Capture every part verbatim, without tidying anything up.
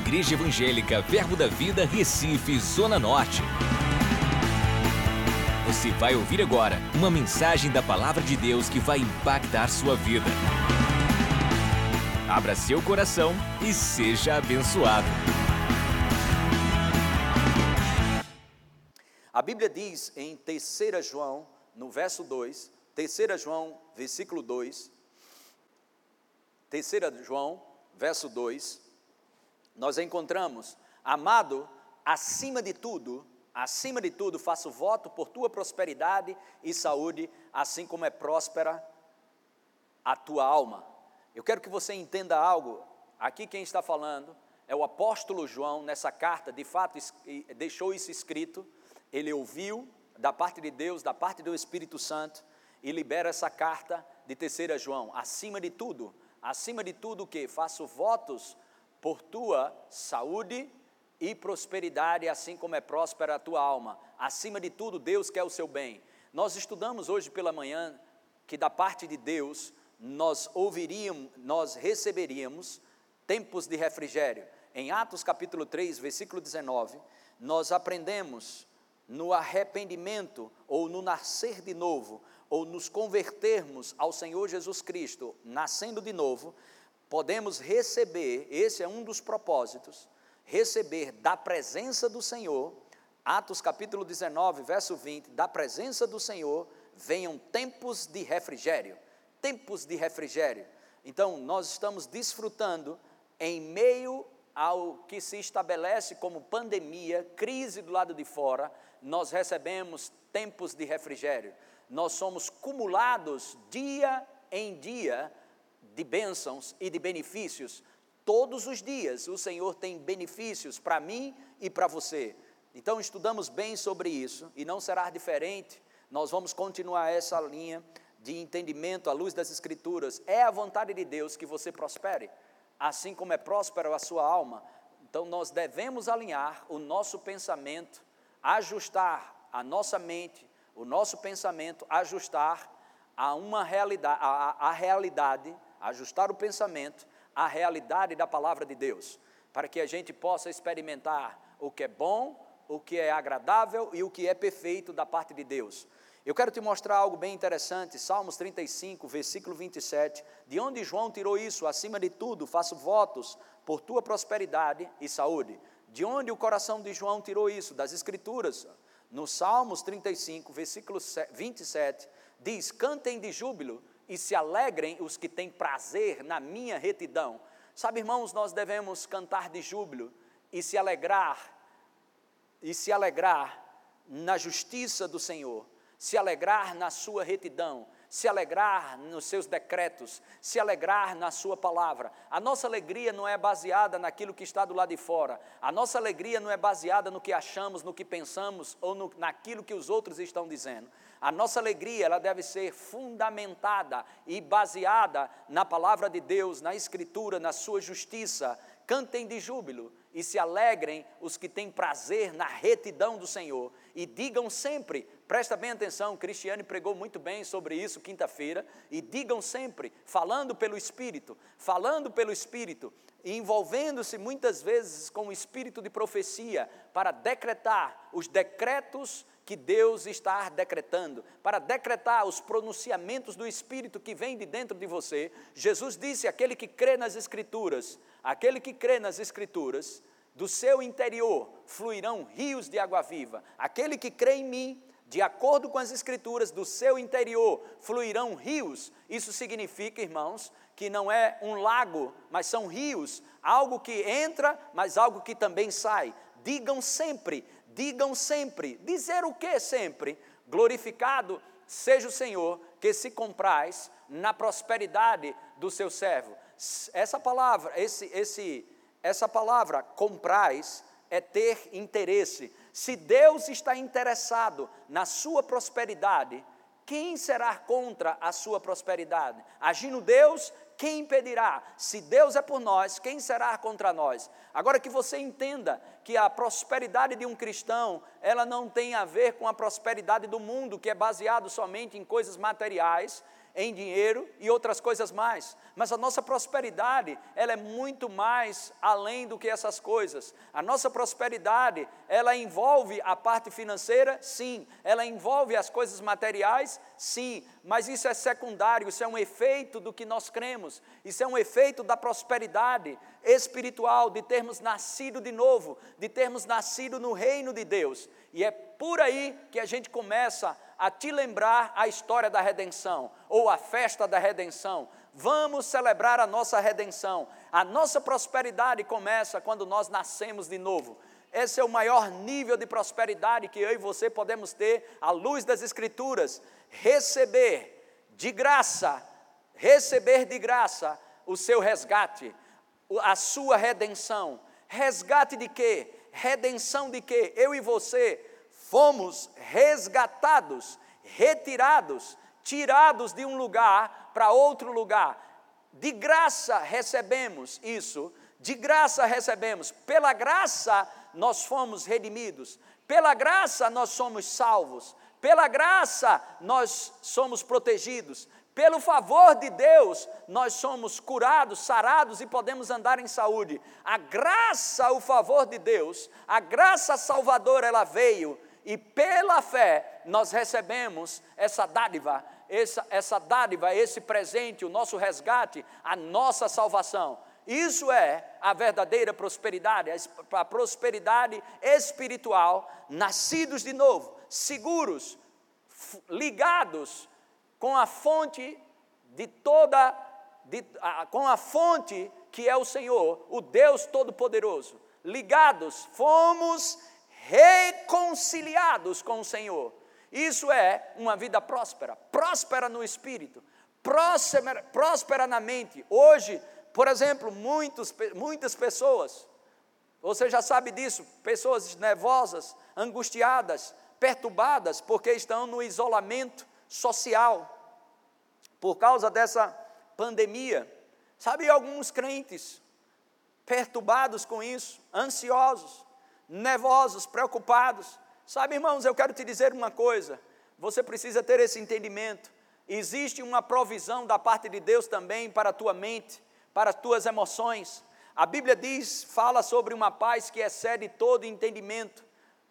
Igreja Evangélica Verbo da Vida, Recife, Zona Norte. Você vai ouvir agora uma mensagem da Palavra de Deus que vai impactar sua vida. Abra seu coração e seja abençoado. A Bíblia diz em terceira João, no verso dois, terceira João, versículo dois, terceira João, verso dois, nós encontramos: amado, acima de tudo, acima de tudo, faço voto por tua prosperidade e saúde, assim como é próspera a tua alma. Eu quero que você entenda algo. Aqui quem está falando é o apóstolo João. Nessa carta, de fato, deixou isso escrito. Ele ouviu da parte de Deus, da parte do Espírito Santo, e libera essa carta de terceira João. Acima de tudo, acima de tudo o que? Faço votos por tua saúde e prosperidade, assim como é próspera a tua alma. Acima de tudo, Deus quer o seu bem. Nós estudamos hoje pela manhã que da parte de Deus nós ouviríamos, nós receberíamos tempos de refrigério. Em Atos capítulo três, versículo dezenove, nós aprendemos no arrependimento, ou no nascer de novo, ou nos convertermos ao Senhor Jesus Cristo, nascendo de novo, podemos receber, esse é um dos propósitos, receber da presença do Senhor. Atos capítulo dezenove, verso vinte, da presença do Senhor venham tempos de refrigério, tempos de refrigério. Então, nós estamos desfrutando em meio ao que se estabelece como pandemia, crise do lado de fora, nós recebemos tempos de refrigério. Nós somos cumulados dia em dia de bênçãos e de benefícios. Todos os dias o Senhor tem benefícios para mim e para você. Então estudamos bem sobre isso e não será diferente. Nós vamos continuar essa linha de entendimento à luz das Escrituras. É a vontade de Deus que você prospere, assim como é próspera a sua alma. Então nós devemos alinhar o nosso pensamento, ajustar a nossa mente, o nosso pensamento, ajustar a uma realidade, a, a realidade, ajustar o pensamento à realidade da palavra de Deus, para que a gente possa experimentar o que é bom, o que é agradável e o que é perfeito da parte de Deus. Eu quero te mostrar algo bem interessante, Salmos trinta e cinco, versículo vinte e sete, de onde João tirou isso: acima de tudo, faço votos por tua prosperidade e saúde. De onde o coração de João tirou isso? Das Escrituras. No Salmos trinta e cinco, versículo vinte e sete, diz: cantem de júbilo e se alegrem os que têm prazer na minha retidão. Sabe, irmãos, nós devemos cantar de júbilo e se alegrar, e se alegrar na justiça do Senhor, se alegrar na sua retidão, se alegrar nos seus decretos, se alegrar na sua palavra. A nossa alegria não é baseada naquilo que está do lado de fora, a nossa alegria não é baseada no que achamos, no que pensamos, ou no, naquilo que os outros estão dizendo. A nossa alegria, ela deve ser fundamentada e baseada na palavra de Deus, na Escritura, na sua justiça. Cantem de júbilo e se alegrem os que têm prazer na retidão do Senhor, e digam sempre, presta bem atenção, Cristiane pregou muito bem sobre isso quinta-feira, e digam sempre, falando pelo Espírito, falando pelo Espírito, e envolvendo-se muitas vezes com o espírito de profecia, para decretar os decretos que Deus está decretando, para decretar os pronunciamentos do Espírito que vem de dentro de você. Jesus disse: aquele que crê nas Escrituras, aquele que crê nas Escrituras, do seu interior fluirão rios de água viva. Aquele que crê em mim, de acordo com as Escrituras, do seu interior fluirão rios. Isso significa, irmãos, que não é um lago, mas são rios, algo que entra, mas algo que também sai. Digam sempre, digam sempre, dizer o que sempre? Glorificado seja o Senhor, que se compraz na prosperidade do seu servo. Essa palavra, esse, esse, essa palavra compraz é ter interesse. Se Deus está interessado na sua prosperidade, quem será contra a sua prosperidade? Agindo Deus, quem impedirá? Se Deus é por nós, quem será contra nós? Agora que você entenda que a prosperidade de um cristão, ela não tem a ver com a prosperidade do mundo, que é baseado somente em coisas materiais. em dinheiro e outras coisas mais. Mas a nossa prosperidade, ela é muito mais além do que essas coisas. A nossa prosperidade, ela envolve a parte financeira, sim. Ela envolve as coisas materiais, sim. Mas isso é secundário, isso é um efeito do que nós cremos. Isso é um efeito da prosperidade espiritual, de termos nascido de novo, de termos nascido no reino de Deus. E é por aí que a gente começa a te lembrar a história da redenção, ou a festa da redenção. Vamos celebrar a nossa redenção. A nossa prosperidade começa quando nós nascemos de novo. Esse é o maior nível de prosperidade que eu e você podemos ter, à luz das Escrituras. Receber de graça, receber de graça o seu resgate, a sua redenção. Resgate de quê? Redenção de quê? Eu e você fomos resgatados, retirados, tirados de um lugar para outro lugar. De graça recebemos isso, de graça recebemos. Pela graça nós fomos redimidos, pela graça nós somos salvos, pela graça nós somos protegidos. Pelo favor de Deus, nós somos curados, sarados e podemos andar em saúde. A graça, o favor de Deus, a graça salvadora, ela veio e pela fé nós recebemos essa dádiva, essa, essa dádiva, esse presente, o nosso resgate, a nossa salvação. Isso é a verdadeira prosperidade, a prosperidade espiritual, nascidos de novo, seguros, ligados com a fonte de toda, de, a, com a fonte que é o Senhor, o Deus Todo-Poderoso. Ligados, fomos reconciliados com o Senhor. Isso é uma vida próspera, próspera no espírito, próspera, próspera na mente. Hoje, por exemplo, muitos, muitas pessoas, você já sabe disso, pessoas nervosas, angustiadas, perturbadas, porque estão no isolamento social, por causa dessa pandemia. Sabe, alguns crentes perturbados com isso, ansiosos, nervosos, preocupados. Sabe, irmãos, eu quero te dizer uma coisa, você precisa ter esse entendimento. Existe uma provisão da parte de Deus também para a tua mente, para as tuas emoções. A Bíblia diz, fala sobre uma paz que excede todo entendimento.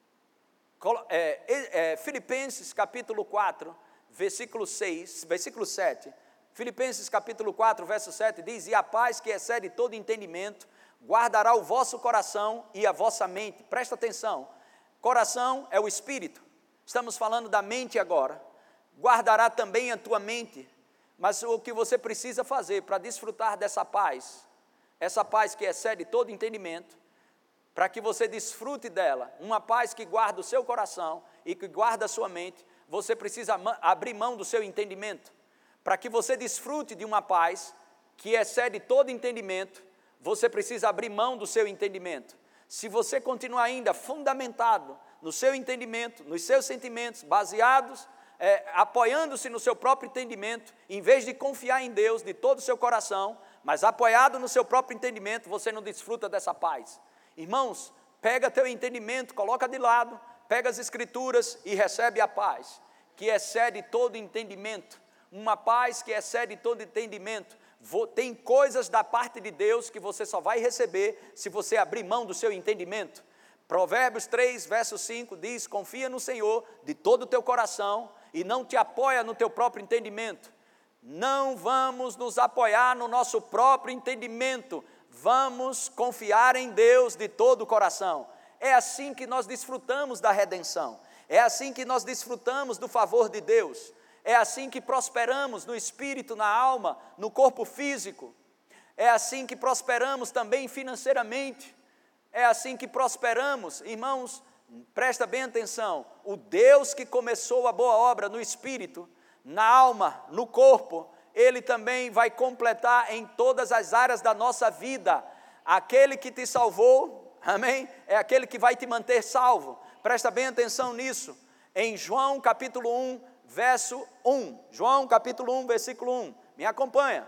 É, é, é, Filipenses capítulo quatro, versículo seis, versículo sete. Filipenses capítulo quatro, verso sete diz: e a paz que excede todo entendimento guardará o vosso coração e a vossa mente. Presta atenção, coração é o espírito, estamos falando da mente agora. Guardará também a tua mente, mas o que você precisa fazer para desfrutar dessa paz, essa paz que excede todo entendimento, para que você desfrute dela, uma paz que guarda o seu coração e que guarda a sua mente, você precisa abrir mão do seu entendimento. Para que você desfrute de uma paz que excede todo entendimento, você precisa abrir mão do seu entendimento. Se você continuar ainda fundamentado no seu entendimento, nos seus sentimentos, baseados, é, apoiando-se no seu próprio entendimento, em vez de confiar em Deus de todo o seu coração, mas apoiado no seu próprio entendimento, você não desfruta dessa paz. Irmãos, pega teu entendimento, coloca de lado, pega as Escrituras e recebe a paz, que excede todo entendimento. Uma paz que excede todo entendimento. Tem coisas da parte de Deus que você só vai receber se você abrir mão do seu entendimento. Provérbios três, verso cinco diz: confia no Senhor de todo o teu coração e não te apoia no teu próprio entendimento. Não vamos nos apoiar no nosso próprio entendimento, vamos confiar em Deus de todo o coração. É assim que nós desfrutamos da redenção, é assim que nós desfrutamos do favor de Deus. É assim que prosperamos no espírito, na alma, no corpo físico. É assim que prosperamos também financeiramente. É assim que prosperamos. Irmãos, presta bem atenção. O Deus que começou a boa obra no espírito, na alma, no corpo, Ele também vai completar em todas as áreas da nossa vida. Aquele que te salvou, amém? É aquele que vai te manter salvo. Presta bem atenção nisso. Em João capítulo um, verso um, João capítulo um, versículo um, me acompanha.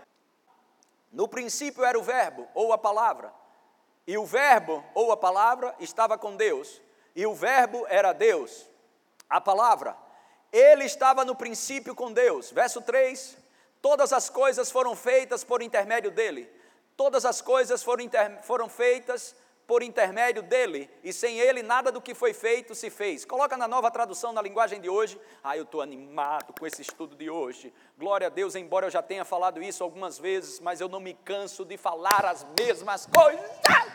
No princípio era o verbo, ou a palavra, e o verbo, ou a palavra, estava com Deus, e o verbo era Deus, a palavra. Ele estava no princípio com Deus. Verso três, Todas as coisas foram feitas por intermédio dele. Todas as coisas foram, inter, foram feitas por intermédio dele, e sem ele nada do que foi feito se fez. Coloca na Nova Tradução, na linguagem de hoje. Ah, eu estou animado com esse estudo de hoje. Glória a Deus, embora eu já tenha falado isso algumas vezes, mas eu não me canso de falar as mesmas coisas.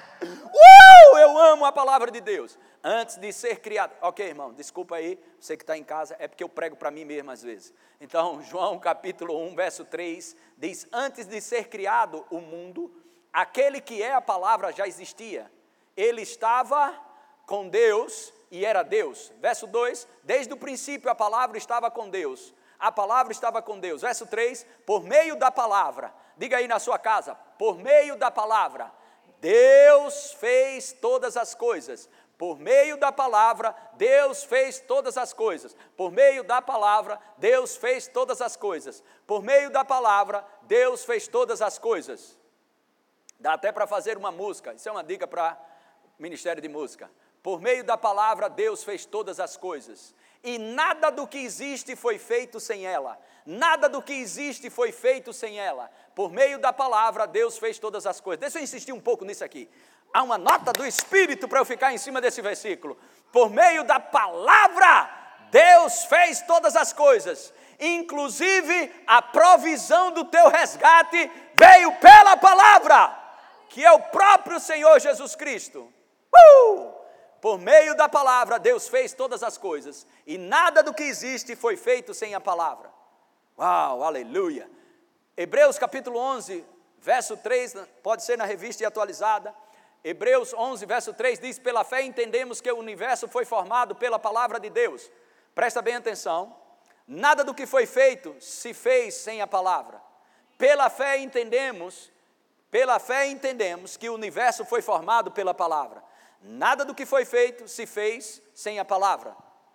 Uh, eu amo a palavra de Deus. Antes de ser criado, ok, irmão, desculpa aí, você que está em casa, é porque eu prego para mim mesmo às vezes. Então, João capítulo um, verso três, diz: antes de ser criado o mundo, aquele que é a palavra já existia. Ele estava com Deus e era Deus. Verso dois, desde o princípio a palavra estava com Deus. A palavra estava com Deus. Verso três, por meio da palavra. Diga aí na sua casa, por meio da palavra. Deus fez todas as coisas. Por meio da palavra, Deus fez todas as coisas. Por meio da palavra, Deus fez todas as coisas. Por meio da palavra, Deus fez todas as coisas. Dá até para fazer uma música. Isso é uma dica para Ministério de Música. Por meio da palavra, Deus fez todas as coisas. E nada do que existe foi feito sem ela. Nada do que existe foi feito sem ela. Por meio da palavra, Deus fez todas as coisas. Deixa eu insistir um pouco nisso aqui. Há uma nota do Espírito para eu ficar em cima desse versículo. Por meio da palavra, Deus fez todas as coisas. Inclusive, a provisão do teu resgate veio pela palavra, que é o próprio Senhor Jesus Cristo. Uh! Por meio da palavra, Deus fez todas as coisas, e nada do que existe foi feito sem a palavra. Uau, aleluia! Hebreus capítulo onze, verso três, pode ser na revista e atualizada. Hebreus onze, verso três diz: pela fé entendemos que o universo foi formado pela palavra de Deus. Presta bem atenção, nada do que foi feito se fez sem a palavra. Pela fé entendemos, pela fé entendemos que o universo foi formado pela palavra. Nada do que foi feito se fez sem a palavra.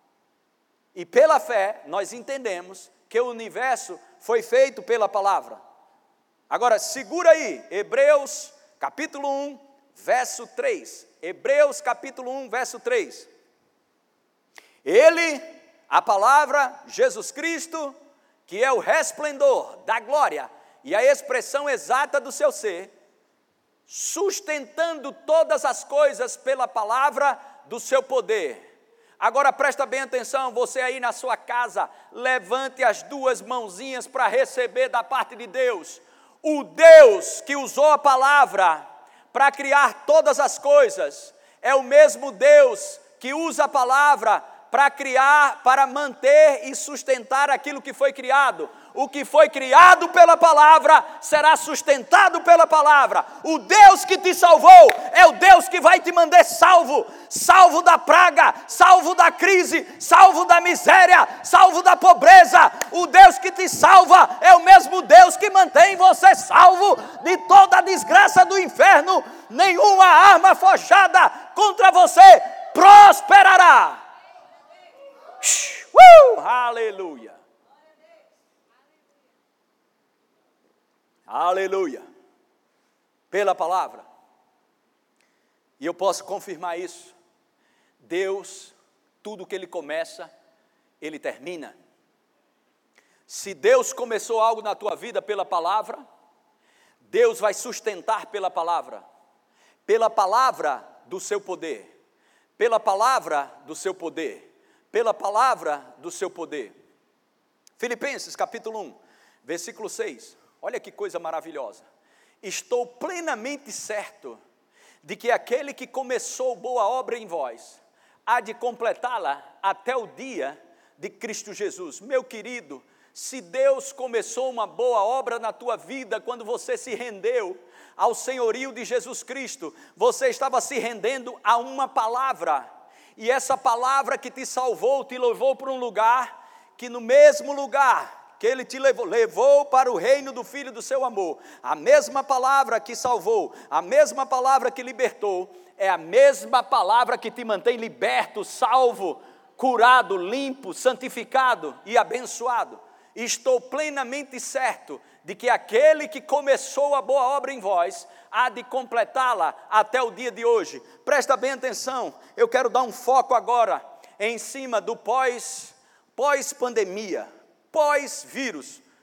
E pela fé nós entendemos que o universo foi feito pela palavra. Agora segura aí, Hebreus capítulo um, verso três. Hebreus capítulo um, verso três. Ele, a palavra, Jesus Cristo, que é o resplendor da glória e a expressão exata do seu ser, sustentando todas as coisas pela palavra do seu poder. Agora presta bem atenção, você aí na sua casa, levante as duas mãozinhas para receber da parte de Deus. O Deus que usou a palavra para criar todas as coisas, é o mesmo Deus que usa a palavra para criar, para manter e sustentar aquilo que foi criado. O que foi criado pela palavra será sustentado pela palavra. O Deus que te salvou é o Deus que vai te manter salvo, salvo da praga, salvo da crise, salvo da miséria, salvo da pobreza. O Deus que te salva é o mesmo Deus que mantém você salvo de toda a desgraça do inferno. Nenhuma arma forjada contra você prosperará. Uh, aleluia. Aleluia. Pela palavra. E eu posso confirmar isso. Deus, tudo que Ele começa, Ele termina. Se Deus começou algo na tua vida pela palavra, Deus vai sustentar pela palavra. Pela palavra do seu poder. Pela palavra do seu poder. Pela palavra do seu poder. Filipenses capítulo um, versículo seis. Olha que coisa maravilhosa. Estou plenamente certo de que aquele que começou boa obra em vós, há de completá-la até o dia de Cristo Jesus. Meu querido, se Deus começou uma boa obra na tua vida, quando você se rendeu ao senhorio de Jesus Cristo, você estava se rendendo a uma palavra, e essa palavra que te salvou, te levou para um lugar, que no mesmo lugar que Ele te levou, levou para o reino do Filho do seu amor. A mesma palavra que salvou, a mesma palavra que libertou, é a mesma palavra que te mantém liberto, salvo, curado, limpo, santificado e abençoado. Estou plenamente certo de que aquele que começou a boa obra em vós, há de completá-la até o dia de hoje. Presta bem atenção, eu quero dar um foco agora em cima do pós, pós-pandemia, pós-vírus.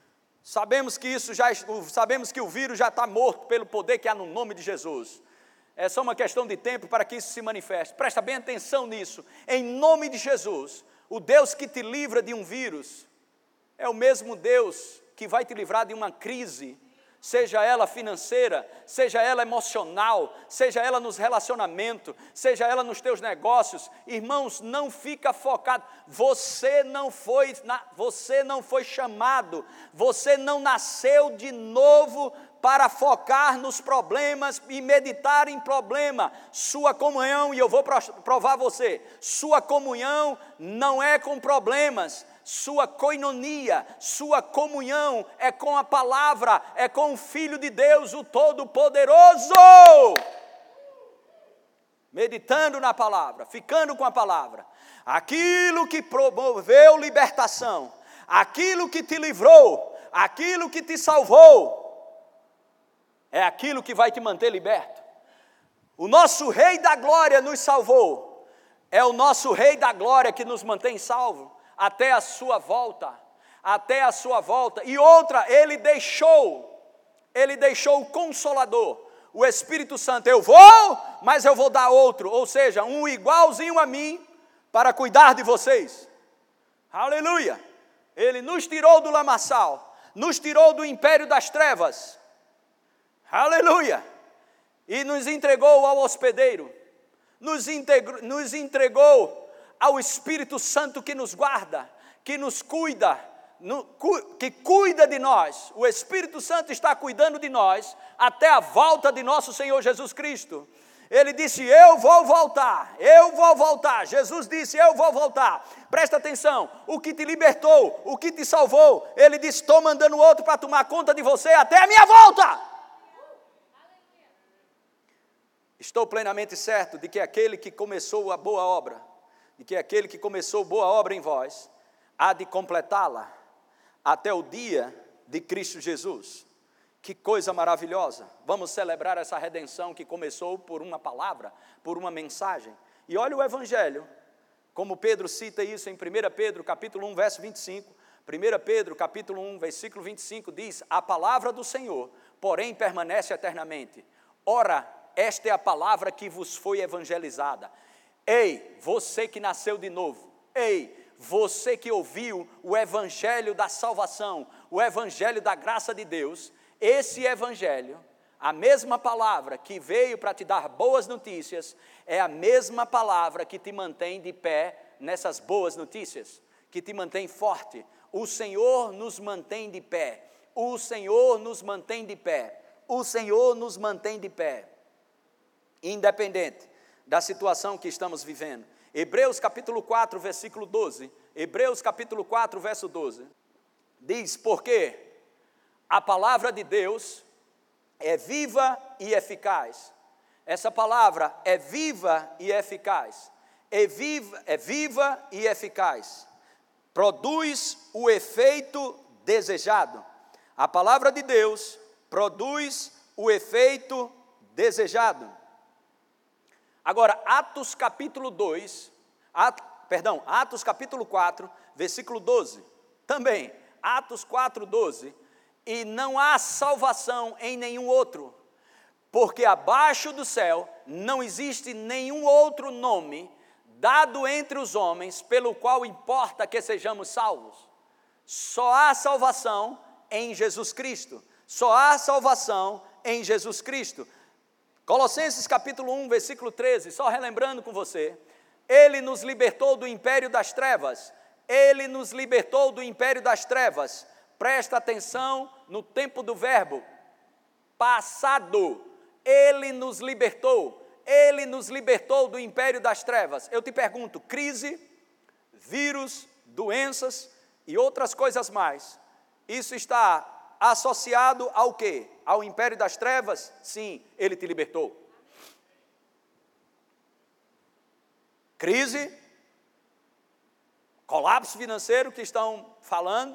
Sabemos que isso já, sabemos que o vírus já está morto pelo poder que há no nome de Jesus. É só uma questão de tempo para que isso se manifeste. Presta bem atenção nisso. Em nome de Jesus, o Deus que te livra de um vírus é o mesmo Deus que vai te livrar de uma crise, seja ela financeira, seja ela emocional, seja ela nos relacionamentos, seja ela nos teus negócios. Irmãos, não fica focado. Você não foi, você não foi chamado, você não nasceu de novo para focar nos problemas e meditar em problema. Sua comunhão, e eu vou provar você, sua comunhão não é com problemas. Sua koinonia, sua comunhão é com a palavra, é com o Filho de Deus, o Todo-Poderoso. Meditando na palavra, ficando com a palavra. Aquilo que promoveu libertação, aquilo que te livrou, aquilo que te salvou, é aquilo que vai te manter liberto. O nosso Rei da Glória nos salvou, é o nosso Rei da Glória que nos mantém salvo. Até a sua volta, até a sua volta. E outra, ele deixou, ele deixou o Consolador, o Espírito Santo. Eu vou, mas eu vou dar outro, ou seja, um igualzinho a mim, para cuidar de vocês. Aleluia! Ele nos tirou do lamaçal, nos tirou do império das trevas. Aleluia! E nos entregou ao hospedeiro, nos, integrou, nos entregou ao Espírito Santo que nos guarda, que nos cuida, no, cu, que cuida de nós. O Espírito Santo está cuidando de nós até a volta de nosso Senhor Jesus Cristo. Ele disse, eu vou voltar, eu vou voltar. Jesus disse, eu vou voltar. Presta atenção, o que te libertou, o que te salvou, ele disse, estou mandando outro para tomar conta de você até a minha volta. Estou plenamente certo de que aquele que começou a boa obra, de que aquele que começou boa obra em vós, há de completá-la até o dia de Cristo Jesus. Que coisa maravilhosa! Vamos celebrar essa redenção que começou por uma palavra, por uma mensagem. E olha o Evangelho, como Pedro cita isso em primeira Pedro, capítulo um, verso vinte e cinco. primeira Pedro, capítulo um, versículo vinte e cinco, diz, a palavra do Senhor, porém, permanece eternamente. Ora, esta é a palavra que vos foi evangelizada. Ei, você que nasceu de novo, ei, você que ouviu o evangelho da salvação, o evangelho da graça de Deus, esse evangelho, a mesma palavra que veio para te dar boas notícias, é a mesma palavra que te mantém de pé nessas boas notícias, que te mantém forte. O Senhor nos mantém de pé, o Senhor nos mantém de pé, o Senhor nos mantém de pé, independente da situação que estamos vivendo. Hebreus capítulo quatro, versículo doze, Hebreus capítulo quatro, verso doze, diz, porque a palavra de Deus é viva e eficaz. Essa palavra é viva e eficaz, é viva, é viva e eficaz, produz o efeito desejado. A palavra de Deus produz o efeito desejado. Agora, Atos capítulo dois, At, perdão, Atos capítulo quatro, versículo doze, também, Atos quatro, doze, e não há salvação em nenhum outro, porque abaixo do céu não existe nenhum outro nome dado entre os homens pelo qual importa que sejamos salvos. Só há salvação em Jesus Cristo, só há salvação em Jesus Cristo. Colossenses capítulo um, versículo treze, só relembrando com você, ele nos libertou do império das trevas, ele nos libertou do império das trevas, presta atenção no tempo do verbo, passado, ele nos libertou, ele nos libertou do império das trevas. Eu te pergunto, crise, vírus, doenças e outras coisas mais, isso está associado ao quê? Ao império das trevas? Sim, ele te libertou. Crise, colapso financeiro que estão falando,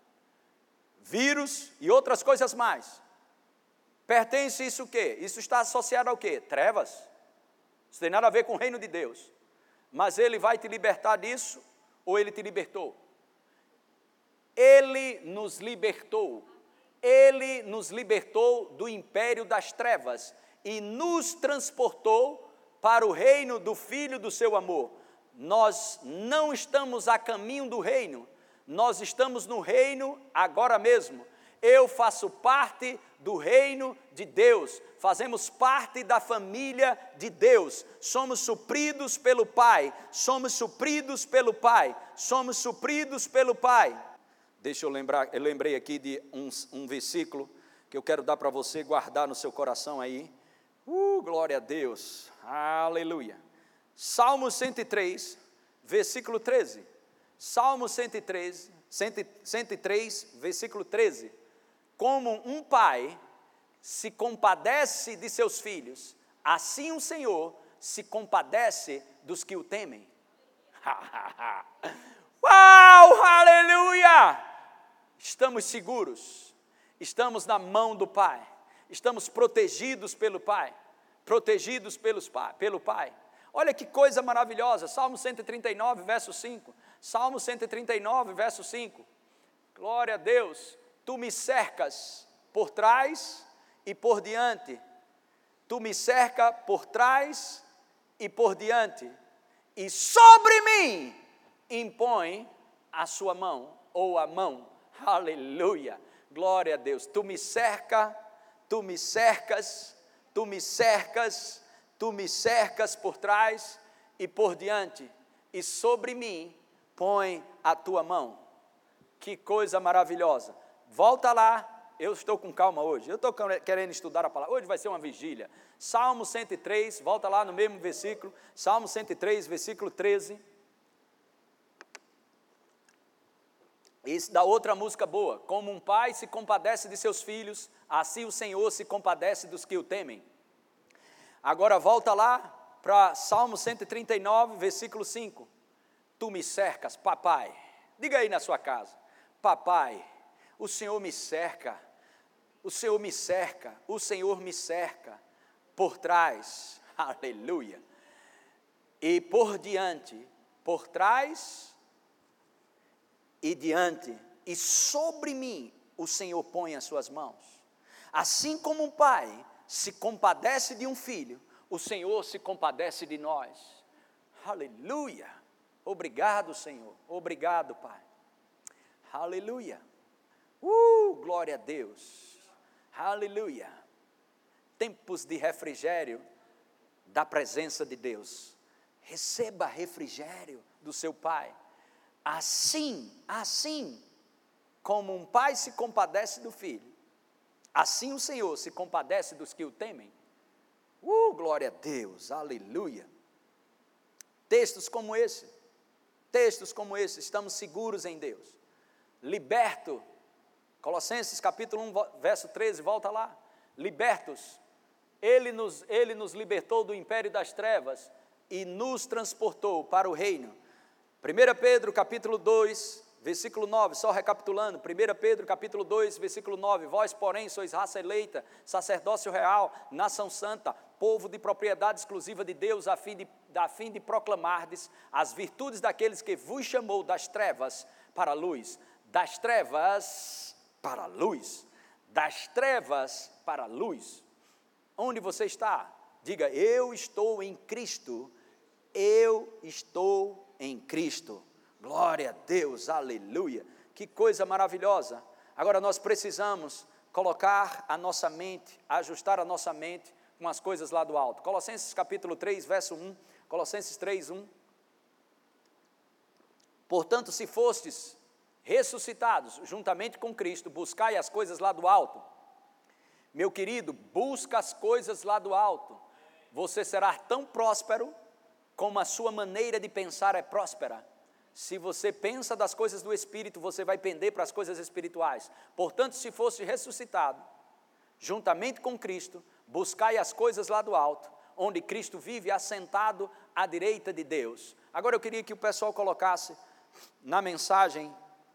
vírus e outras coisas mais. Pertence isso o quê? Isso está associado ao quê? Trevas. Isso tem nada a ver com o reino de Deus. Mas ele vai te libertar disso ou ele te libertou? Ele nos libertou. Ele nos libertou do império das trevas e nos transportou para o reino do Filho do seu amor. Nós não estamos a caminho do reino, nós estamos no reino agora mesmo. Eu faço parte do reino de Deus, fazemos parte da família de Deus, somos supridos pelo Pai, somos supridos pelo Pai, somos supridos pelo Pai. Deixa eu lembrar, eu lembrei aqui de um, um versículo que eu quero dar para você guardar no seu coração aí. Uh, glória a Deus, aleluia. Salmo cento e três, versículo treze. Salmo cento e três, cento e três, versículo treze. Como um pai se compadece de seus filhos, assim o Senhor se compadece dos que o temem. Uau, aleluia! Estamos seguros, estamos na mão do Pai, estamos protegidos pelo Pai, protegidos pelos, pelo Pai. Olha que coisa maravilhosa, Salmo cento e trinta e nove, verso cinco, Salmo cento e trinta e nove, verso cinco, glória a Deus, tu me cercas por trás e por diante, tu me cerca por trás e por diante, e sobre mim impõe a sua mão, ou a mão, aleluia, glória a Deus, tu me cerca, tu me cercas, tu me cercas, tu me cercas por trás e por diante, e sobre mim põe a tua mão. Que coisa maravilhosa. Volta lá, eu estou com calma hoje, eu estou querendo estudar a palavra, hoje vai ser uma vigília. Salmo cento e três, volta lá no mesmo versículo, Salmo cento e três, versículo treze. Isso da outra música boa, como um pai se compadece de seus filhos, assim o Senhor se compadece dos que o temem. Agora volta lá para Salmo cento e trinta e nove, versículo cinco. Tu me cercas, papai, diga aí na sua casa, papai, o Senhor me cerca, o Senhor me cerca, o Senhor me cerca por trás, aleluia, e por diante, por trás e diante, e sobre mim o Senhor põe as suas mãos. Assim como um pai se compadece de um filho, o Senhor se compadece de nós. Aleluia! Obrigado, Senhor. Obrigado, Pai. Aleluia! Uh, glória a Deus. Aleluia! Tempos de refrigério da presença de Deus. Receba refrigério do seu Pai. Assim, assim, como um pai se compadece do filho, assim o Senhor se compadece dos que o temem. Uh, glória a Deus, aleluia. Textos como esse, textos como esse, estamos seguros em Deus. Liberto, Colossenses capítulo um, verso treze, volta lá. Libertos, Ele nos, Ele nos libertou do império das trevas e nos transportou para o reino. primeira Pedro capítulo dois, versículo nove, só recapitulando, primeira Pedro capítulo dois, versículo nove, vós porém sois raça eleita, sacerdócio real, nação santa, povo de propriedade exclusiva de Deus, a fim de, a fim de proclamardes as virtudes daqueles que vos chamou das trevas para a luz, das trevas para a luz, das trevas para a luz. Onde você está? Diga, eu estou em Cristo, eu estou em Cristo. Glória a Deus, aleluia, que coisa maravilhosa. Agora nós precisamos colocar a nossa mente, ajustar a nossa mente com as coisas lá do alto. Colossenses capítulo três, verso um, Colossenses três, um. Portanto, se fostes ressuscitados juntamente com Cristo, buscai as coisas lá do alto. Meu querido, busca as coisas lá do alto. Você será tão próspero como a sua maneira de pensar é próspera. Se você pensa das coisas do Espírito, você vai pender para as coisas espirituais. Portanto, se fosse ressuscitado, juntamente com Cristo, buscai as coisas lá do alto, onde Cristo vive assentado à direita de Deus. Agora eu queria que o pessoal colocasse na mensagem,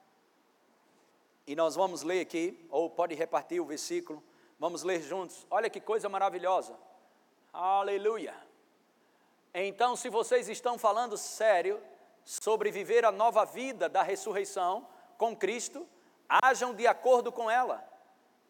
e nós vamos ler aqui, ou pode repartir o versículo, vamos ler juntos. Olha que coisa maravilhosa. Aleluia. Então, se vocês estão falando sério sobre viver a nova vida da ressurreição com Cristo, hajam de acordo com ela.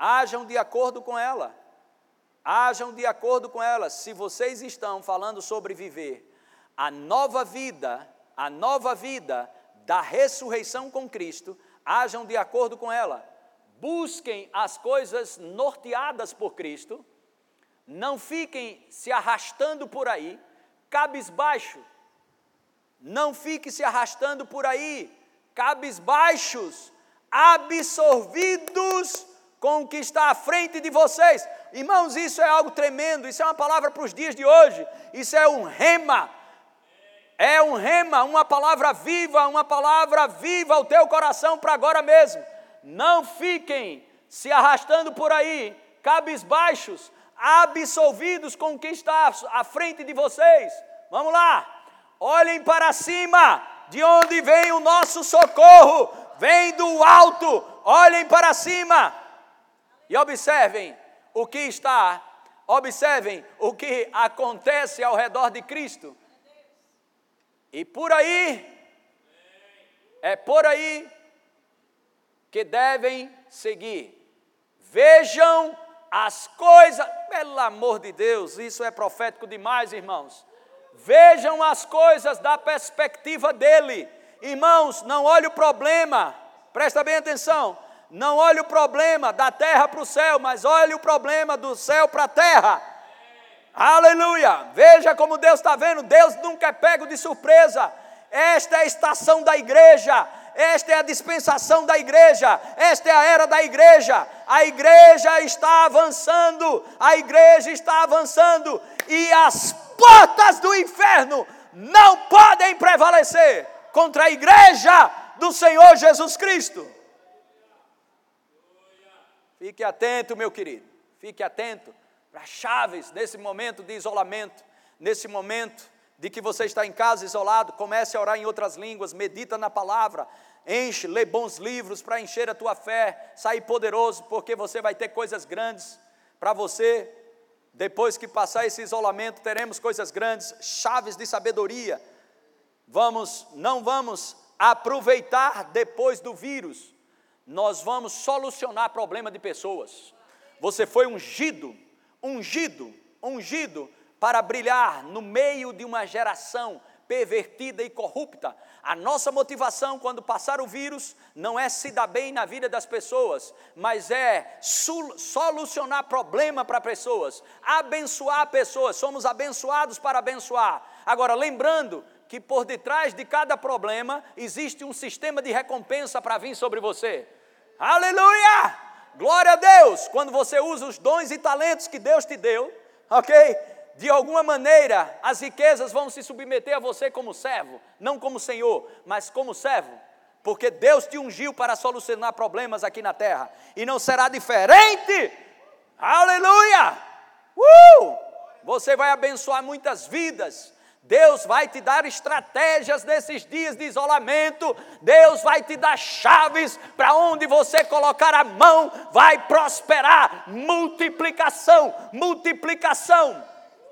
Hajam de acordo com ela. Hajam de acordo com ela. Se vocês estão falando sobre viver a nova vida, a nova vida da ressurreição com Cristo, hajam de acordo com ela. Busquem as coisas norteadas por Cristo. Não fiquem se arrastando por aí, cabisbaixo. Não fiquem se arrastando por aí, cabisbaixos, absorvidos com o que está à frente de vocês. Irmãos, isso é algo tremendo, isso é uma palavra para os dias de hoje, isso é um rema, é um rema, uma palavra viva, uma palavra viva ao teu coração para agora mesmo. Não fiquem se arrastando por aí, cabisbaixos, absolvidos com o que está à frente de vocês. Vamos lá, olhem para cima, de onde vem o nosso socorro, vem do alto, olhem para cima e observem o que está, observem o que acontece ao redor de Cristo. E por aí, é por aí que devem seguir. Vejam as coisas, pelo amor de Deus, isso é profético demais, irmãos. Vejam as coisas da perspectiva dele. Irmãos, não olhe o problema, presta bem atenção, não olhe o problema da terra para o céu, mas olhe o problema do céu para a terra. Aleluia! Veja como Deus está vendo, Deus nunca é pego de surpresa. Esta é a estação da igreja, esta é a dispensação da igreja, esta é a era da igreja. A igreja está avançando, a igreja está avançando, e as portas do inferno não podem prevalecer contra a igreja do Senhor Jesus Cristo. Fique atento, meu querido, fique atento para chaves nesse momento de isolamento, nesse momento de que você está em casa isolado. Comece a orar em outras línguas, medita na palavra, enche, lê bons livros para encher a tua fé, sair poderoso, porque você vai ter coisas grandes para você. Depois que passar esse isolamento, teremos coisas grandes, chaves de sabedoria. Vamos, não vamos aproveitar depois do vírus, nós vamos solucionar problema de pessoas. Você foi ungido, ungido, ungido para brilhar no meio de uma geração pervertida e corrupta. A nossa motivação quando passar o vírus não é se dar bem na vida das pessoas, mas é solucionar problema para pessoas, abençoar pessoas. Somos abençoados para abençoar. Agora, lembrando que por detrás de cada problema existe um sistema de recompensa para vir sobre você. Aleluia! Glória a Deus! Quando você usa os dons e talentos que Deus te deu, ok? De alguma maneira, as riquezas vão se submeter a você como servo, não como senhor, mas como servo, porque Deus te ungiu para solucionar problemas aqui na terra, e não será diferente. Aleluia! Uh! Você vai abençoar muitas vidas. Deus vai te dar estratégias nesses dias de isolamento. Deus vai te dar chaves para onde você colocar a mão, vai prosperar. Multiplicação, multiplicação.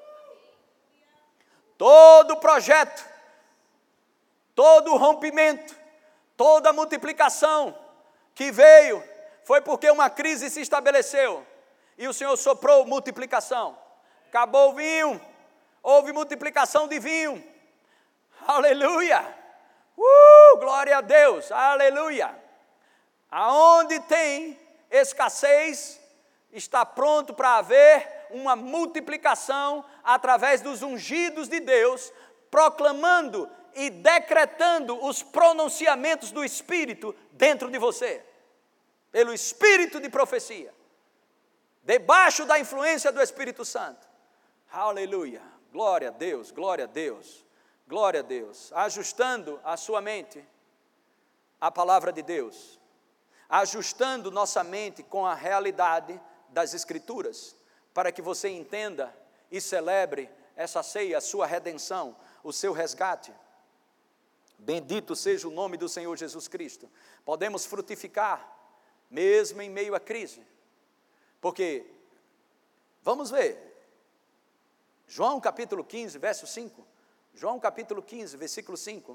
Todo projeto, todo rompimento, toda multiplicação que veio, foi porque uma crise se estabeleceu, e o Senhor soprou multiplicação. Acabou o vinho, houve multiplicação de vinho. Aleluia! Uh, glória a Deus, aleluia! Aonde tem escassez, está pronto para haver uma multiplicação através dos ungidos de Deus, proclamando e decretando os pronunciamentos do Espírito dentro de você, pelo Espírito de profecia, debaixo da influência do Espírito Santo. Aleluia, glória a Deus, glória a Deus, glória a Deus. Ajustando a sua mente à palavra de Deus, ajustando nossa mente com a realidade das Escrituras, para que você entenda e celebre essa ceia, a sua redenção, o seu resgate. Bendito seja o nome do Senhor Jesus Cristo. Podemos frutificar, mesmo em meio à crise, porque, vamos ver, João capítulo quinze, verso cinco, João capítulo quinze, versículo cinco,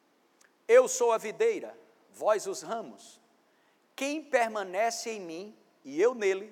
eu sou a videira, vós os ramos, quem permanece em mim e eu nele,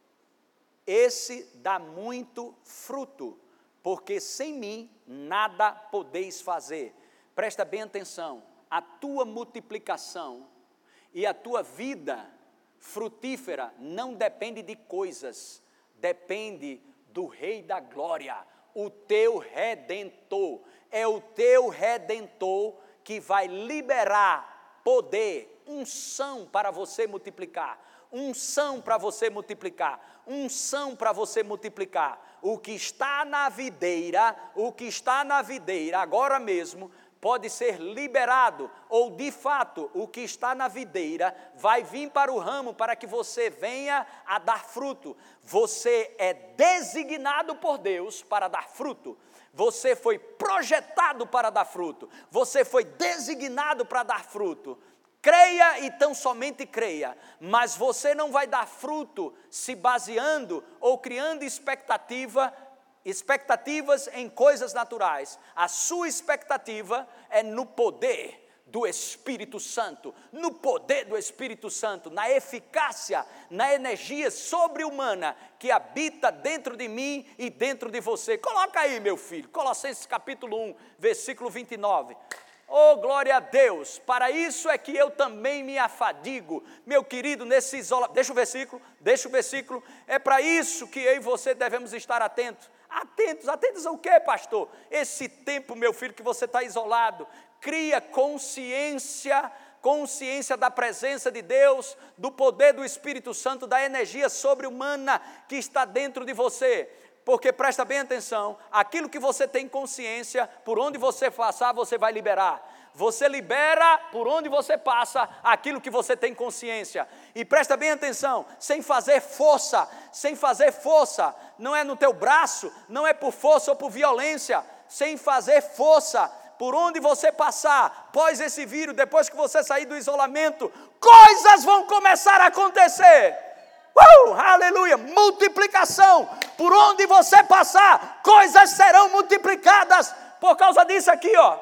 esse dá muito fruto, porque sem mim nada podeis fazer. Presta bem atenção, a tua multiplicação e a tua vida frutífera não depende de coisas, depende do Rei da Glória, o teu Redentor. É o teu Redentor que vai liberar poder, unção para você multiplicar, unção para você multiplicar, unção para você multiplicar. O que está na videira, o que está na videira agora mesmo, pode ser liberado, ou de fato, o que está na videira vai vir para o ramo para que você venha a dar fruto. Você é designado por Deus para dar fruto. Você foi projetado para dar fruto. Você foi designado para dar fruto. Creia e tão somente creia, mas você não vai dar fruto se baseando ou criando expectativa expectativas em coisas naturais. A sua expectativa é no poder do Espírito Santo, no poder do Espírito Santo, na eficácia, na energia sobre-humana que habita dentro de mim e dentro de você. Coloca aí, meu filho, Colossenses capítulo um, versículo vinte e nove. Oh, glória a Deus, para isso é que eu também me afadigo, meu querido, nesse isolamento. Deixa o versículo, deixa o versículo, é para isso que eu e você devemos estar atentos. Atentos, atentos ao quê, pastor? Esse tempo, meu filho, que você está isolado, cria consciência, consciência da presença de Deus, do poder do Espírito Santo, da energia sobre-humana que está dentro de você. Porque presta bem atenção, aquilo que você tem consciência, por onde você passar, você vai liberar. Você libera por onde você passa aquilo que você tem consciência. E presta bem atenção, sem fazer força, sem fazer força, não é no teu braço, não é por força ou por violência, sem fazer força, por onde você passar, após esse vírus, depois que você sair do isolamento, coisas vão começar a acontecer. Uh, aleluia, multiplicação, por onde você passar, coisas serão multiplicadas, por causa disso aqui, ó,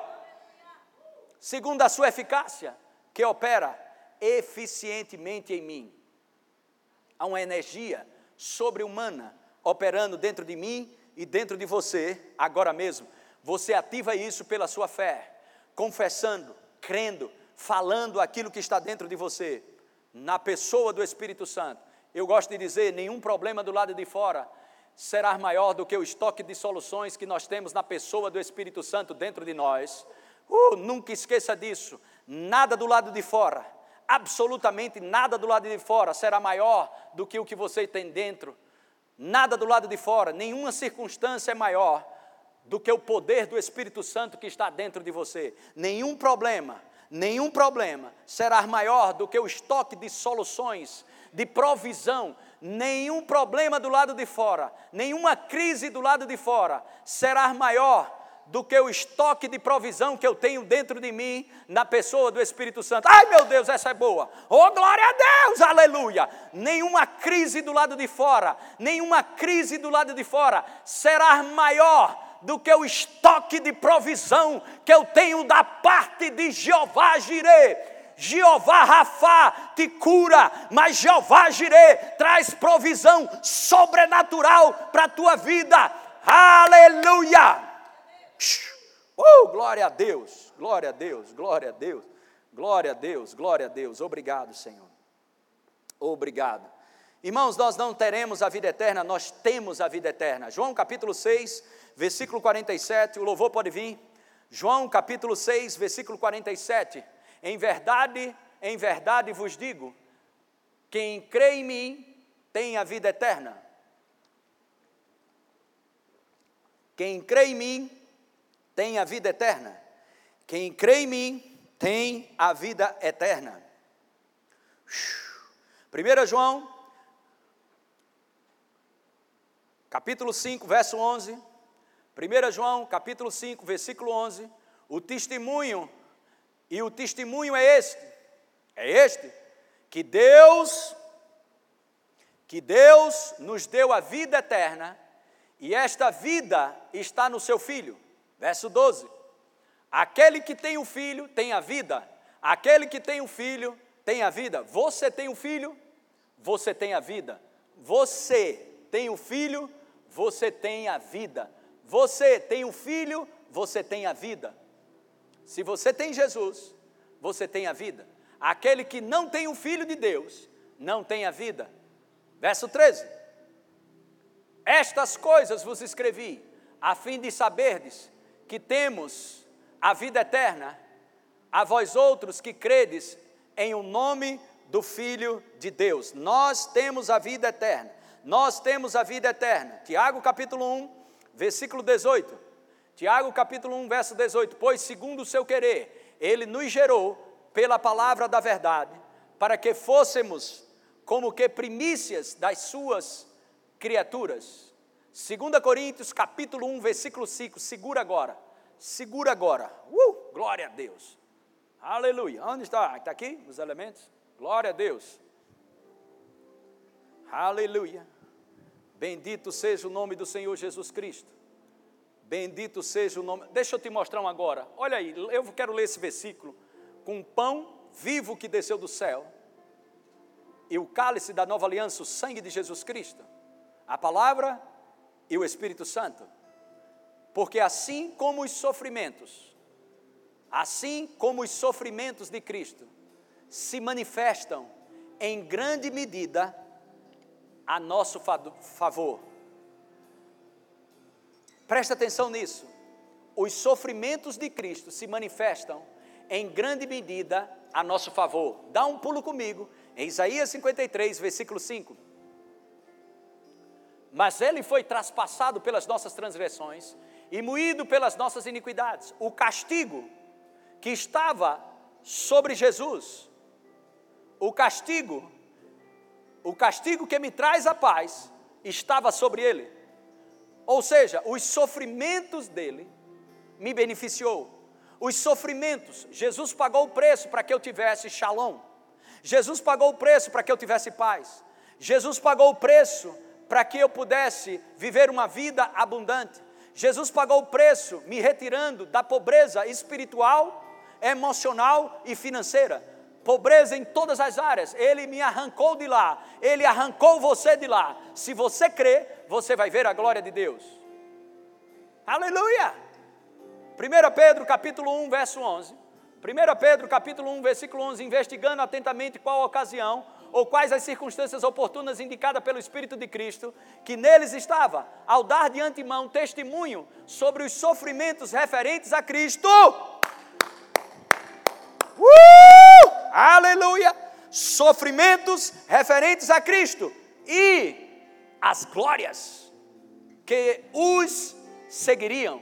segundo a sua eficácia, que opera eficientemente em mim. Há uma energia sobre-humana operando dentro de mim e dentro de você, agora mesmo. Você ativa isso pela sua fé, confessando, crendo, falando aquilo que está dentro de você, na pessoa do Espírito Santo. Eu gosto de dizer, nenhum problema do lado de fora será maior do que o estoque de soluções que nós temos na pessoa do Espírito Santo dentro de nós. Uh, nunca esqueça disso, nada do lado de fora, absolutamente nada do lado de fora será maior do que o que você tem dentro. Nada do lado de fora, nenhuma circunstância é maior do que o poder do Espírito Santo que está dentro de você. Nenhum problema, nenhum problema será maior do que o estoque de soluções, de provisão. Nenhum problema do lado de fora, nenhuma crise do lado de fora será maior do que o estoque de provisão que eu tenho dentro de mim, na pessoa do Espírito Santo. Ai, meu Deus, essa é boa. Oh, glória a Deus, aleluia. Nenhuma crise do lado de fora, nenhuma crise do lado de fora será maior do que o estoque de provisão que eu tenho da parte de Jeová Jireh. Jeová Rafá te cura, mas Jeová Jireh traz provisão sobrenatural para a tua vida. Aleluia! Oh, glória a Deus, glória a Deus, glória a Deus, glória a Deus, glória a Deus. Obrigado, Senhor. Obrigado. Irmãos, nós não teremos a vida eterna, nós temos a vida eterna. João capítulo seis, versículo quarenta e sete, o louvor pode vir. João capítulo seis, versículo quarenta e sete. Em verdade, em verdade vos digo, quem crê em mim tem a vida eterna. Quem crê em mim tem a vida eterna. Quem crê em mim tem a vida eterna. primeiro João, capítulo cinco, verso onze. primeiro João, capítulo cinco, versículo onze. O testemunho, e o testemunho é este, é este, que Deus, que Deus nos deu a vida eterna, e esta vida está no seu Filho. Verso doze, aquele que tem o Filho tem a vida, aquele que tem o Filho tem a vida. Você tem o Filho? você tem a vida. Você tem o Filho, você tem a vida. Você tem o Filho, você tem a vida. Se você tem Jesus, você tem a vida. Aquele que não tem o Filho de Deus, não tem a vida. Verso treze. Estas coisas vos escrevi, a fim de saberdes que temos a vida eterna, a vós outros que credes em o nome do Filho de Deus. Nós temos a vida eterna. Nós temos a vida eterna. Tiago capítulo um, versículo dezoito. Tiago capítulo um, verso dezoito. Pois segundo o seu querer, ele nos gerou pela palavra da verdade, para que fôssemos como que primícias das suas criaturas. Segunda Coríntios capítulo um, versículo cinco. Segura agora. Segura agora. Uh, glória a Deus. Aleluia. Onde está? Está aqui os elementos? Glória a Deus. Aleluia. Bendito seja o nome do Senhor Jesus Cristo. Bendito seja o nome. Deixa eu te mostrar um agora. Olha aí, eu quero ler esse versículo. Com o pão vivo que desceu do céu e o cálice da nova aliança, o sangue de Jesus Cristo, a palavra e o Espírito Santo. Porque assim como os sofrimentos, assim como os sofrimentos de Cristo se manifestam em grande medida a nosso favor. Presta atenção nisso. Os sofrimentos de Cristo se manifestam em grande medida a nosso favor. Dá um pulo comigo em Isaías cinquenta e três, versículo cinco. Mas ele foi traspassado pelas nossas transgressões e moído pelas nossas iniquidades. O castigo que estava sobre Jesus, o castigo, o castigo que me traz a paz, estava sobre ele. Ou seja, os sofrimentos dele me beneficiou. Os sofrimentos, Jesus pagou o preço para que eu tivesse shalom. Jesus pagou o preço para que eu tivesse paz. Jesus pagou o preço para que eu pudesse viver uma vida abundante. Jesus pagou o preço me retirando da pobreza espiritual, emocional e financeira. Pobreza em todas as áreas. Ele me arrancou de lá. Ele arrancou você de lá. Se você crer, você vai ver a glória de Deus. Aleluia! primeira Pedro capítulo um, verso onze. primeira Pedro capítulo um, versículo onze. Investigando atentamente qual a ocasião ou quais as circunstâncias oportunas indicadas pelo Espírito de Cristo, que neles estava, ao dar de antemão testemunho sobre os sofrimentos referentes a Cristo. Uh! Aleluia! Sofrimentos referentes a Cristo e as glórias que os seguiriam.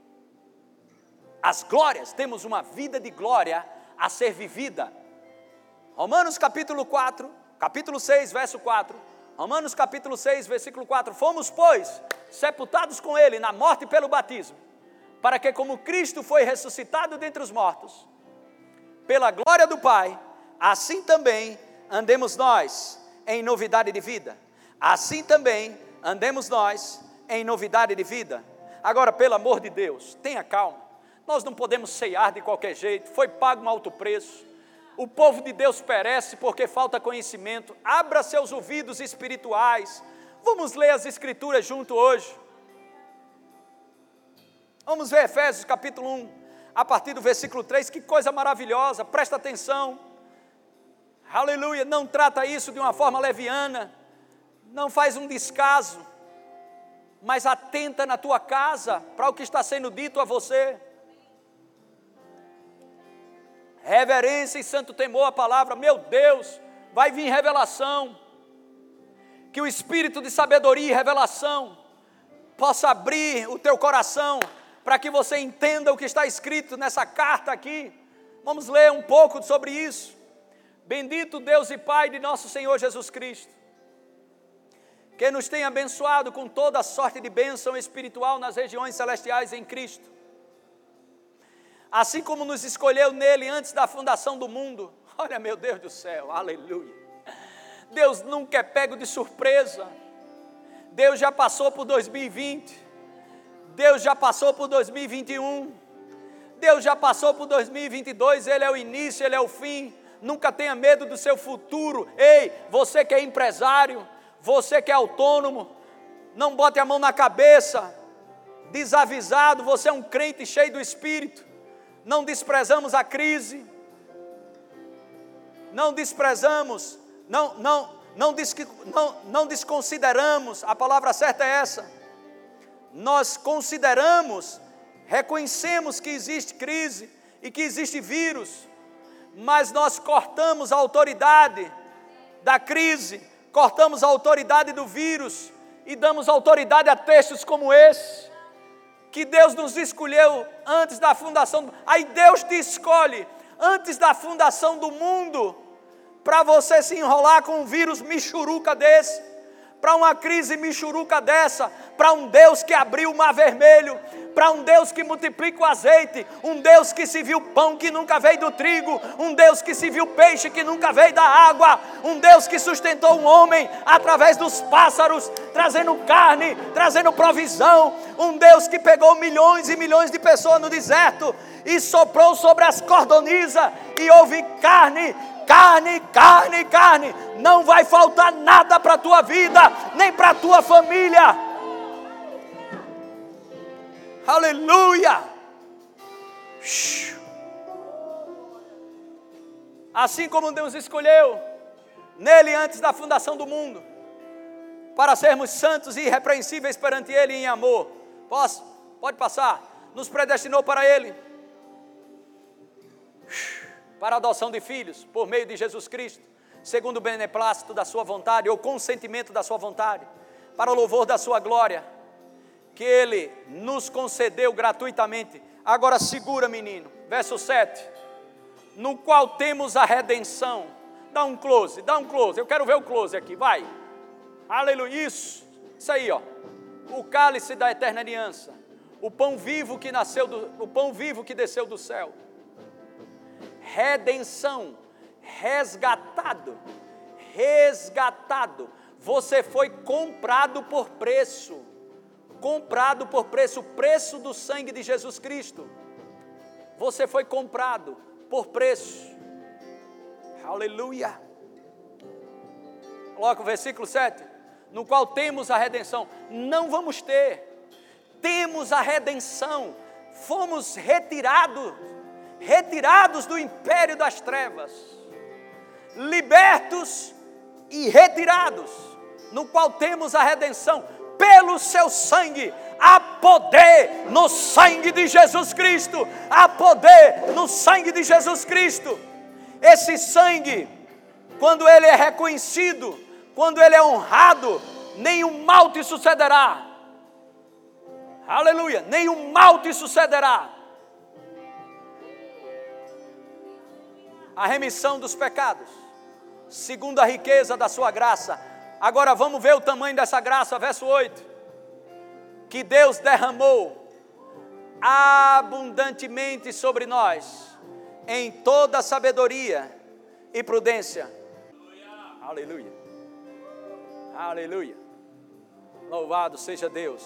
As glórias, temos uma vida de glória a ser vivida. Romanos capítulo quatro, capítulo seis, verso quatro. Romanos capítulo seis, versículo quatro. Fomos, pois, sepultados com ele na morte pelo batismo, para que como Cristo foi ressuscitado dentre os mortos, pela glória do Pai, assim também andemos nós em novidade de vida. Assim também andemos nós em novidade de vida. Agora, pelo amor de Deus, tenha calma. Nós não podemos ceiar de qualquer jeito. Foi pago um alto preço. O povo de Deus perece porque falta conhecimento. Abra seus ouvidos espirituais. Vamos ler as Escrituras junto hoje. Vamos ver Efésios capítulo um. A partir do versículo três, que coisa maravilhosa, presta atenção, aleluia, não trata isso de uma forma leviana, não faz um descaso, mas atenta na tua casa, para o que está sendo dito a você, reverência e santo temor à palavra. Meu Deus, vai vir revelação, que o espírito de sabedoria e revelação possa abrir o teu coração, para que você entenda o que está escrito nessa carta aqui. Vamos ler um pouco sobre isso. Bendito Deus e Pai de nosso Senhor Jesus Cristo, que nos tem abençoado com toda a sorte de bênção espiritual nas regiões celestiais em Cristo, assim como nos escolheu nele antes da fundação do mundo. Olha, meu Deus do céu, aleluia. Deus nunca é pego de surpresa. Deus já passou por dois mil e vinte, Deus já passou por dois mil e vinte e um, Deus já passou por dois mil e vinte e dois, Ele é o início, Ele é o fim. Nunca tenha medo do seu futuro. Ei, você que é empresário, você que é autônomo, não bote a mão na cabeça, desavisado, você é um crente cheio do Espírito. Não desprezamos a crise, não desprezamos, não, não, não, não, não desconsideramos, a palavra certa é essa. Nós consideramos, reconhecemos que existe crise e que existe vírus, mas nós cortamos a autoridade da crise, cortamos a autoridade do vírus e damos autoridade a textos como esse, que Deus nos escolheu antes da fundação do... Aí Deus te escolhe antes da fundação do mundo para você se enrolar com um vírus michuruca desse, para uma crise michuruca dessa, para um Deus que abriu o mar vermelho, para um Deus que multiplica o azeite, um Deus que se viu pão que nunca veio do trigo, um Deus que se viu peixe que nunca veio da água, um Deus que sustentou um homem através dos pássaros, trazendo carne, trazendo provisão, um Deus que pegou milhões e milhões de pessoas no deserto e soprou sobre as cordonisas e houve carne, carne, carne, carne. Não vai faltar nada para a tua vida, nem para a tua família. Aleluia! Assim como Deus escolheu nele antes da fundação do mundo, para sermos santos e irrepreensíveis perante Ele em amor. Posso? Pode passar. Nos predestinou para Ele, para a adoção de filhos, por meio de Jesus Cristo, segundo o beneplácito da sua vontade, ou consentimento da sua vontade, para o louvor da sua glória, que Ele nos concedeu gratuitamente. Agora segura, menino, verso sete, no qual temos a redenção. Dá um close, dá um close, eu quero ver o close aqui, vai. Aleluia, isso, isso aí, ó. O cálice da eterna aliança, o pão vivo que nasceu do, o pão vivo que desceu do céu. Redenção, resgatado, resgatado. Você foi comprado por preço. Comprado por preço, o preço do sangue de Jesus Cristo. Você foi comprado por preço. Aleluia. Coloca o versículo sete. No qual temos a redenção. Não vamos ter. Temos a redenção. Fomos retirados. Retirados do império das trevas. Libertos e retirados. No qual temos a redenção. Pelo seu sangue, há poder no sangue de Jesus Cristo, há poder no sangue de Jesus Cristo. Esse sangue, quando ele é reconhecido, quando ele é honrado, nenhum mal te sucederá. Aleluia, nenhum mal te sucederá. A remissão dos pecados, segundo a riqueza da sua graça. Agora vamos ver o tamanho dessa graça, verso oito. Que Deus derramou abundantemente sobre nós, em toda sabedoria e prudência. Aleluia. Aleluia. Louvado seja Deus.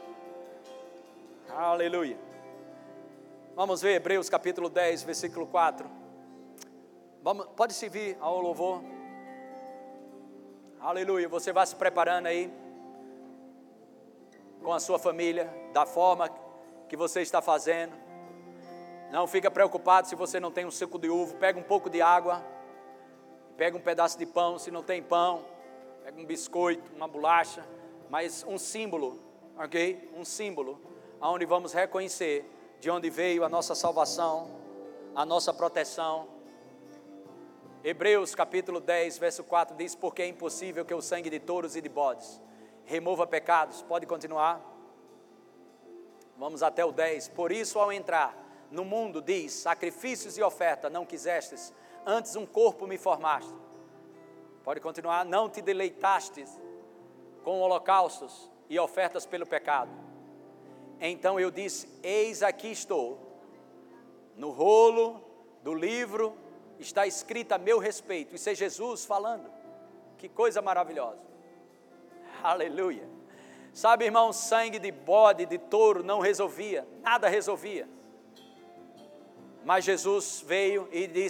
Aleluia. Vamos ver Hebreus capítulo dez, versículo quatro. Vamos, pode se vir ao louvor. Aleluia, você vai se preparando aí com a sua família, da forma que você está fazendo. Não fica preocupado se você não tem um suco de uva, pega um pouco de água, pega um pedaço de pão, se não tem pão, pega um biscoito, uma bolacha, mas um símbolo, ok? Um símbolo, onde vamos reconhecer de onde veio a nossa salvação, a nossa proteção. Hebreus capítulo dez, verso quatro diz, porque é impossível que o sangue de touros e de bodes remova pecados. Pode continuar? Vamos até o dez. Por isso, ao entrar no mundo, diz, sacrifícios e oferta não quisestes, antes um corpo me formaste. Pode continuar? Não te deleitastes com holocaustos e ofertas pelo pecado. Então eu disse, eis aqui estou, no rolo do livro está escrito a meu respeito. Isso é Jesus falando. Que coisa maravilhosa. Aleluia. Sabe, irmão, sangue de bode, de touro não resolvia, nada resolvia. Mas Jesus veio e disse,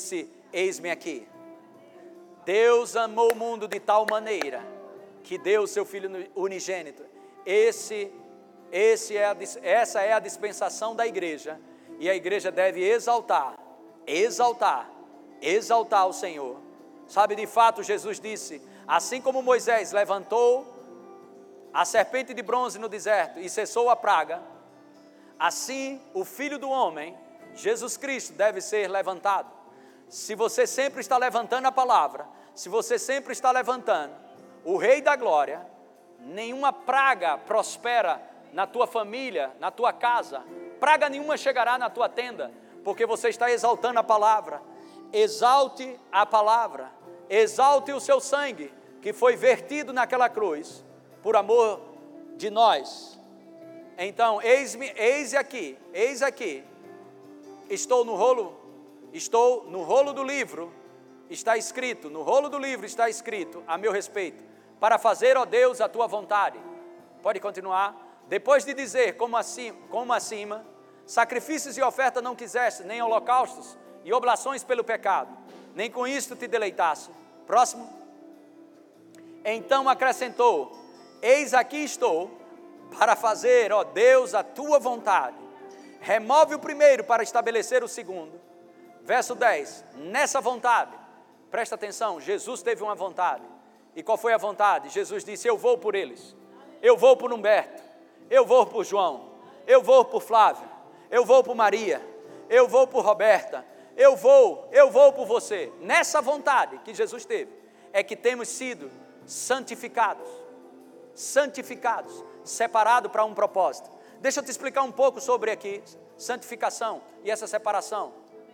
eis-me aqui. Deus amou o mundo de tal maneira que deu o seu Filho unigênito. Esse, esse é a, essa é a dispensação da igreja, e a igreja deve exaltar, exaltar, exaltar o Senhor. Sabe, de fato, Jesus disse, assim como Moisés levantou a serpente de bronze no deserto e cessou a praga, assim o Filho do Homem, Jesus Cristo, deve ser levantado. Se você sempre está levantando a palavra, se você sempre está levantando o Rei da Glória, nenhuma praga prospera na tua família, na tua casa, praga nenhuma chegará na tua tenda, porque você está exaltando a palavra. Exalte a palavra, exalte o seu sangue, que foi vertido naquela cruz, por amor de nós. Então, eis-me, eis aqui, eis aqui, estou no rolo, estou no rolo do livro, está escrito, no rolo do livro está escrito, a meu respeito, para fazer, ó Deus, a tua vontade. Pode continuar. Depois de dizer, como acima, como acima, sacrifícios e oferta não quiseste, nem holocaustos e oblações pelo pecado, nem com isto te deleitasse. Próximo. Então acrescentou, eis aqui estou, para fazer, ó Deus, a tua vontade. Remove o primeiro para estabelecer o segundo. Verso dez, nessa vontade, presta atenção, Jesus teve uma vontade. E qual foi a vontade? Jesus disse, eu vou por eles, eu vou por Humberto, eu vou por João, eu vou por Flávio, eu vou por Maria, eu vou por Roberta, eu vou, eu vou por você. Nessa vontade que Jesus teve, é que temos sido santificados, santificados, separados para um propósito. Deixa eu te explicar um pouco sobre aqui, santificação e essa separação.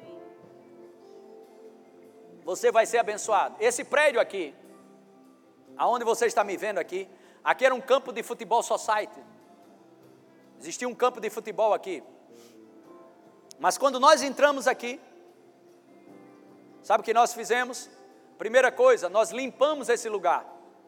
Você vai ser abençoado. Esse prédio aqui, aonde você está me vendo aqui, aqui era um campo de futebol society. Existia um campo de futebol aqui. Mas quando nós entramos aqui, sabe o que nós fizemos? Primeira coisa, nós limpamos esse lugar.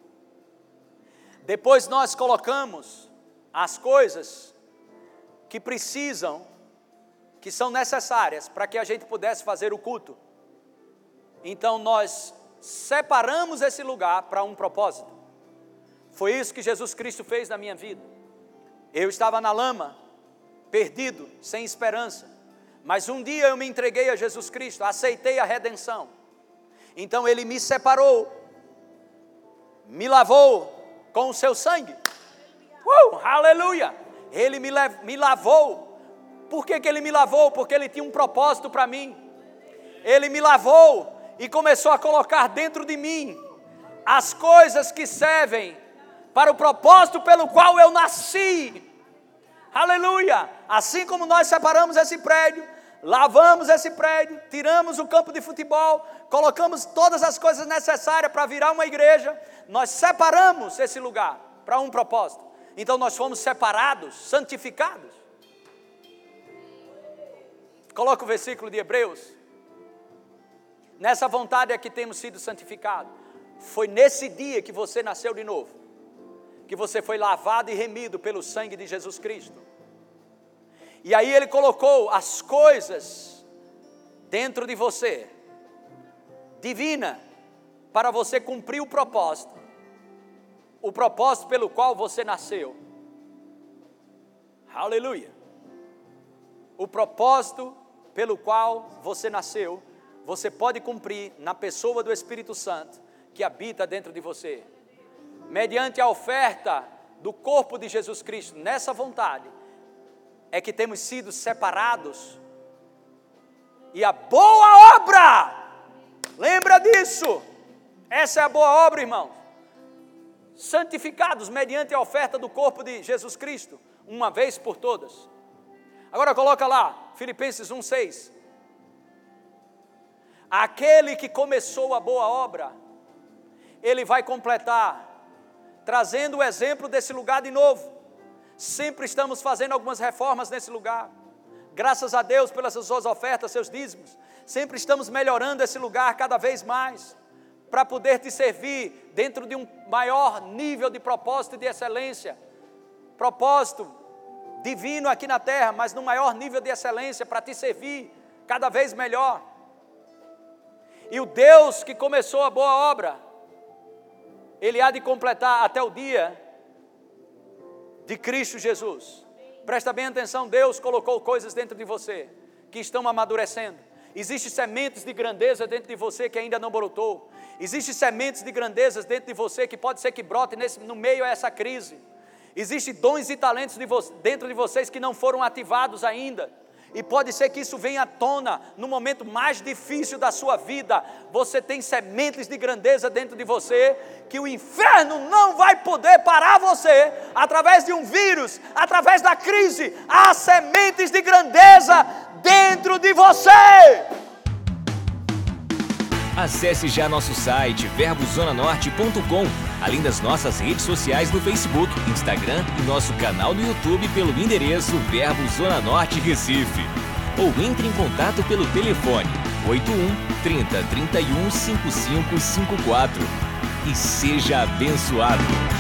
Depois nós colocamos as coisas que precisam, que são necessárias para que a gente pudesse fazer o culto. Então nós separamos esse lugar para um propósito. Foi isso que Jesus Cristo fez na minha vida. Eu estava na lama, perdido, sem esperança. Mas um dia eu me entreguei a Jesus Cristo, aceitei a redenção. Então Ele me separou, me lavou com o seu sangue. Uh, aleluia! Ele me, me lavou. Por que que Ele me lavou? Porque Ele tinha um propósito para mim. Ele me lavou e começou a colocar dentro de mim as coisas que servem para o propósito pelo qual eu nasci. Aleluia! Assim como nós separamos esse prédio, lavamos esse prédio, tiramos o campo de futebol, colocamos todas as coisas necessárias para virar uma igreja, nós separamos esse lugar para um propósito. Então nós fomos separados, santificados. Coloca o versículo de Hebreus. Nessa vontade é que temos sido santificados. Foi nesse dia que você nasceu de novo, que você foi lavado e remido pelo sangue de Jesus Cristo. E aí Ele colocou as coisas dentro de você, divina, para você cumprir o propósito, o propósito pelo qual você nasceu. Aleluia! O propósito pelo qual você nasceu, você pode cumprir na pessoa do Espírito Santo, que habita dentro de você. Mediante a oferta do corpo de Jesus Cristo, nessa vontade, é que temos sido separados. E a boa obra, lembra disso, essa é a boa obra, irmão. Santificados mediante a oferta do corpo de Jesus Cristo, uma vez por todas. Agora coloca lá, Filipenses um, seis. Aquele que começou a boa obra, Ele vai completar, trazendo o exemplo desse lugar de novo. Sempre estamos fazendo algumas reformas nesse lugar. Graças a Deus pelas suas ofertas, seus dízimos. Sempre estamos melhorando esse lugar cada vez mais, para poder te servir dentro de um maior nível de propósito e de excelência. Propósito divino aqui na terra, mas no maior nível de excelência, para te servir cada vez melhor. E o Deus que começou a boa obra, Ele há de completar até o dia de Cristo Jesus. Presta bem atenção, Deus colocou coisas dentro de você que estão amadurecendo. Existem sementes de grandeza dentro de você que ainda não brotou. Existem sementes de grandezas dentro de você que pode ser que brote nesse, no meio a essa crise. Existem dons e talentos de vo, dentro de vocês que não foram ativados ainda. E pode ser que isso venha à tona no momento mais difícil da sua vida. Você tem sementes de grandeza dentro de você que o inferno não vai poder parar você. Através de um vírus, através da crise, há sementes de grandeza dentro de você. Acesse já nosso site verbo zona norte ponto com, além das nossas redes sociais no Facebook, Instagram e nosso canal no YouTube pelo endereço Verbo Zona Norte Recife. Ou entre em contato pelo telefone oito um, trinta, trinta e um, cinquenta e cinco cinquenta e quatro. E seja abençoado!